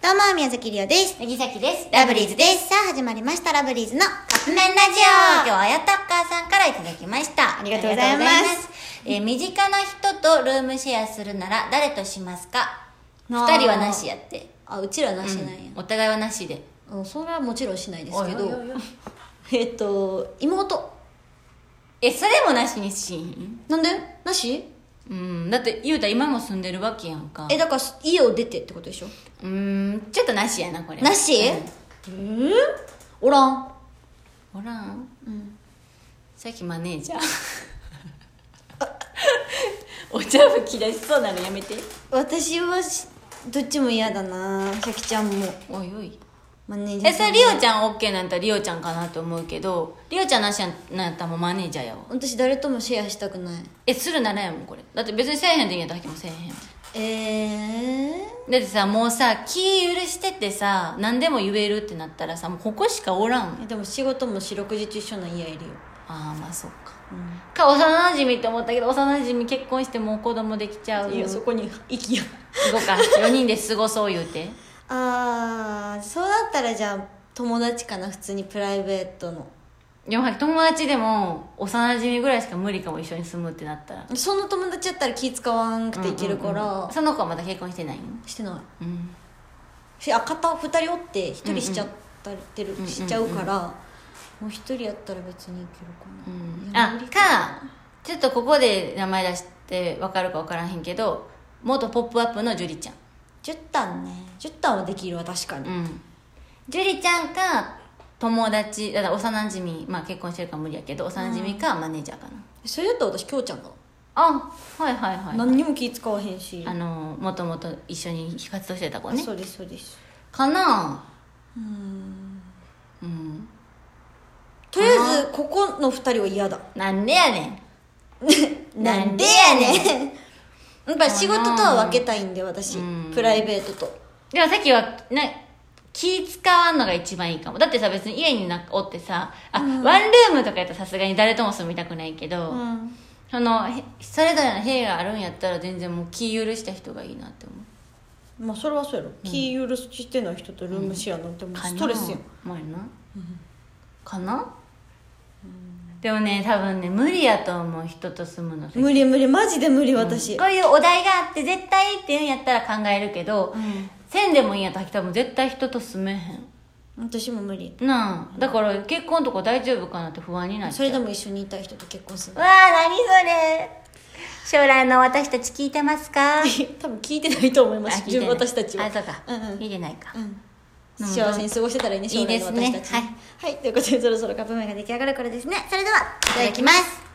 どうも、宮崎りおです。 乃木崎です。 ラブリーズです。さあ、始まりました。ラブリーズのカップ麺ラジオ。 今日はあやたっかーさんからいただきました。 ありがとうございます。 身近な人とルームシェアするなら誰としますか？二人はなしやって。 あ、うちらなしなんや。 お互いはなしで。 それはもちろんしないですけど。 おいおいおい妹。 それもなしにしん？ なんでなし？ だって言うたら今も住んでるわけやんか。 だから家を出てってことでしょ？ ちょっとなしやな、これ。 なし？おらん。 おらん？さっきマネージャー。お茶吹き出しそうなのやめて。 私はどっちも嫌だな。シャキちゃんも。 おいおい。 マネージャー。 それリオちゃん OK なんたらリオちゃんかなと思うけど、リオちゃんなしなんやったらもうマネージャーやわ。 私誰ともシェアしたくない。 するならやもんこれ。だって別にせえへんでいいんやったらもせえへん。だってさ、もうさ、気許しててさ、何でも言えるってなったらさ、もうここしかおらん。 でも仕事も四六時中一緒な家いるよ。 ああ、まあそうか。か、幼馴染って思ったけど、幼馴染結婚してもう子供できちゃう。 いや、そこに行きや。 行こうか。4人で過ごそう言うて。 そうだったらじゃあ友達かな。普通にプライベートの。 でも友達でも幼馴染ぐらいしか無理かも、一緒に住むってなったら。 その友達やったら気使わんくていけるから、 その子はまだ結婚してないの？ してない。2人おって1人しちゃったりしちゃうから、もう1人やったら別にいけるかな。 かちょっとここで名前出して分かるか分からへんけど、元ポップアップのジュリちゃん。 ジュッタンね。ジュッタンはできるわ、確かに。 ジュリちゃんか友達、だから幼馴染、まあ結婚してるから無理やけど、幼馴染かマネージャーかな。 それやったら私きょうちゃんかな。 はいはいはい。 何にも気使わへんし、 もともと一緒に活動してた子ね。 そうですそうです。 かな。 とりあえずここの2人は嫌だ。 なんでやねん。 なんでやねん。やっぱり仕事とは分けたいんで、私プライベートと。 でもさっきは気使わんのが一番いいかも。だってさ、別に家におってさ、ワンルームとかやったらさすがに誰とも住みたくないけど、それぞれの部屋があるんやったら全然もう気許した人がいいなって思う。 まあそれはそうやろ。気許してない人とルームシェアなんてもうストレスやん。 まあな。かな。でもね、多分ね、無理やと思う、人と住むの。 無理無理、マジで無理。私こういうお題があって絶対っていうんやったら考えるけど、せんでもいいんやったら多分絶対人と住めへん。 私も無理なあ。だから結婚とか大丈夫かなって不安になっちゃう。 それでも一緒にいたい人と結婚する。 わあ、何それ。将来の私たち聞いてますか？ 多分聞いてないと思います。私たちは。 そうか。聞いてないか。 幸せに過ごしてたらいいね、将来の私たち。 いいですね。 はい、ということでそろそろカップ麺が出来上がるからですね。それではいただきます。